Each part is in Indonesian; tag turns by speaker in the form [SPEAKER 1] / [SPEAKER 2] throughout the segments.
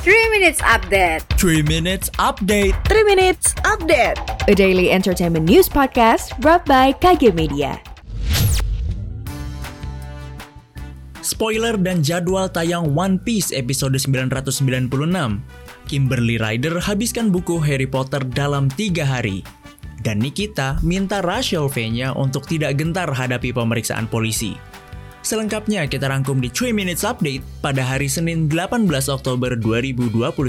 [SPEAKER 1] 3 Minutes Update.
[SPEAKER 2] 3 Minutes Update.
[SPEAKER 3] 3 Minutes Update. A daily entertainment news podcast brought by KG Media.
[SPEAKER 2] Spoiler dan jadwal tayang One Piece episode 996. Kimberly Ryder habiskan buku Harry Potter dalam 3 hari. Dan Nikita minta Rachel V-nya untuk tidak gentar hadapi pemeriksaan polisi. Selengkapnya kita rangkum di 3 Minutes Update pada hari Senin 18 Oktober 2021.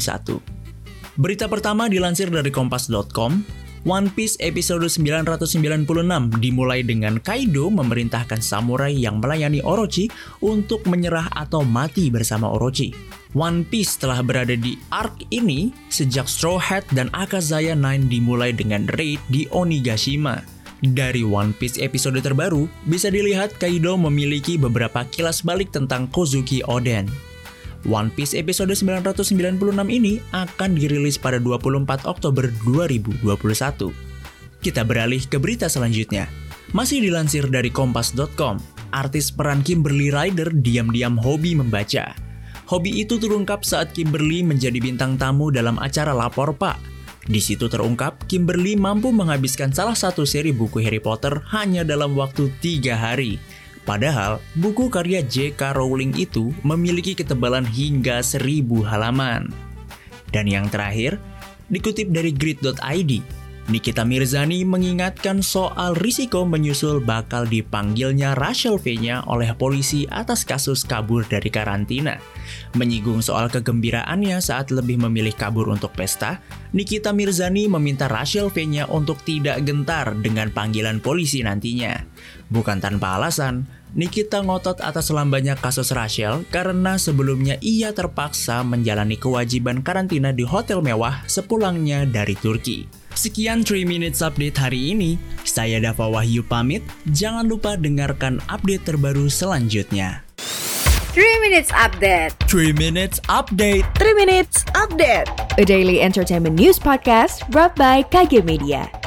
[SPEAKER 2] Berita pertama dilansir dari kompas.com, One Piece episode 996 dimulai dengan Kaido memerintahkan samurai yang melayani Orochi untuk menyerah atau mati bersama Orochi. One Piece telah berada di arc ini sejak Straw Hat dan Akazaya 9 dimulai dengan raid di Onigashima. Dari One Piece episode terbaru, bisa dilihat Kaido memiliki beberapa kilas balik tentang Kozuki Oden. One Piece episode 996 ini akan dirilis pada 24 Oktober 2021. Kita beralih ke berita selanjutnya. Masih dilansir dari kompas.com, artis peran Kimberly Ryder diam-diam hobi membaca. Hobi itu terungkap saat Kimberly menjadi bintang tamu dalam acara Lapor Pak. Di situ terungkap, Kimberly mampu menghabiskan salah satu seri buku Harry Potter hanya dalam waktu 3 hari. Padahal, buku karya J.K. Rowling itu memiliki ketebalan hingga 1000 halaman. Dan yang terakhir, dikutip dari grid.id, Nikita Mirzani mengingatkan soal risiko menyusul bakal dipanggilnya Rachel V-nya oleh polisi atas kasus kabur dari karantina. Menyinggung soal kegembiraannya saat lebih memilih kabur untuk pesta, Nikita Mirzani meminta Rachel V-nya untuk tidak gentar dengan panggilan polisi nantinya. Bukan tanpa alasan, Nikita ngotot atas lambannya kasus Rachel karena sebelumnya ia terpaksa menjalani kewajiban karantina di hotel mewah sepulangnya dari Turki. Sekian 3 Minutes Update hari ini. Saya Dava Wahyu pamit. Jangan lupa dengarkan update terbaru selanjutnya.
[SPEAKER 1] 3 Minutes Update.
[SPEAKER 2] 3 Minutes Update.
[SPEAKER 3] 3 Minutes Update. A daily entertainment news podcast brought by KG Media.